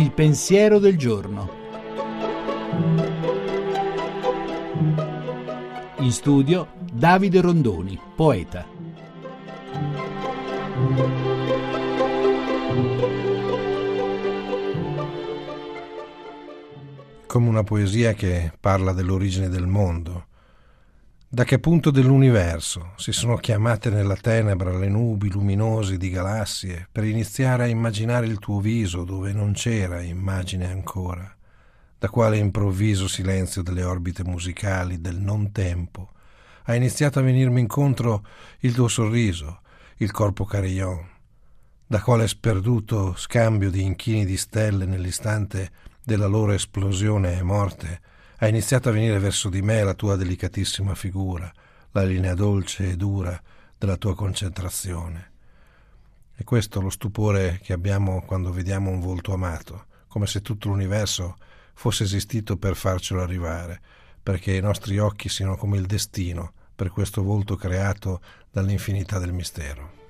Il pensiero del giorno. In studio Davide Rondoni, poeta. Come una poesia che parla dell'origine del mondo. Da che punto dell'universo si sono chiamate nella tenebra le nubi luminose di galassie per iniziare a immaginare il tuo viso dove non c'era immagine ancora? Da quale improvviso silenzio delle orbite musicali del non tempo ha iniziato a venirmi incontro il tuo sorriso, il corpo carillon? Da quale sperduto scambio di inchini di stelle nell'istante della loro esplosione e morte ha iniziato a venire verso di me la tua delicatissima figura, la linea dolce e dura della tua concentrazione. E questo lo stupore che abbiamo quando vediamo un volto amato, come se tutto l'universo fosse esistito per farcelo arrivare, perché i nostri occhi siano come il destino per questo volto creato dall'infinità del mistero.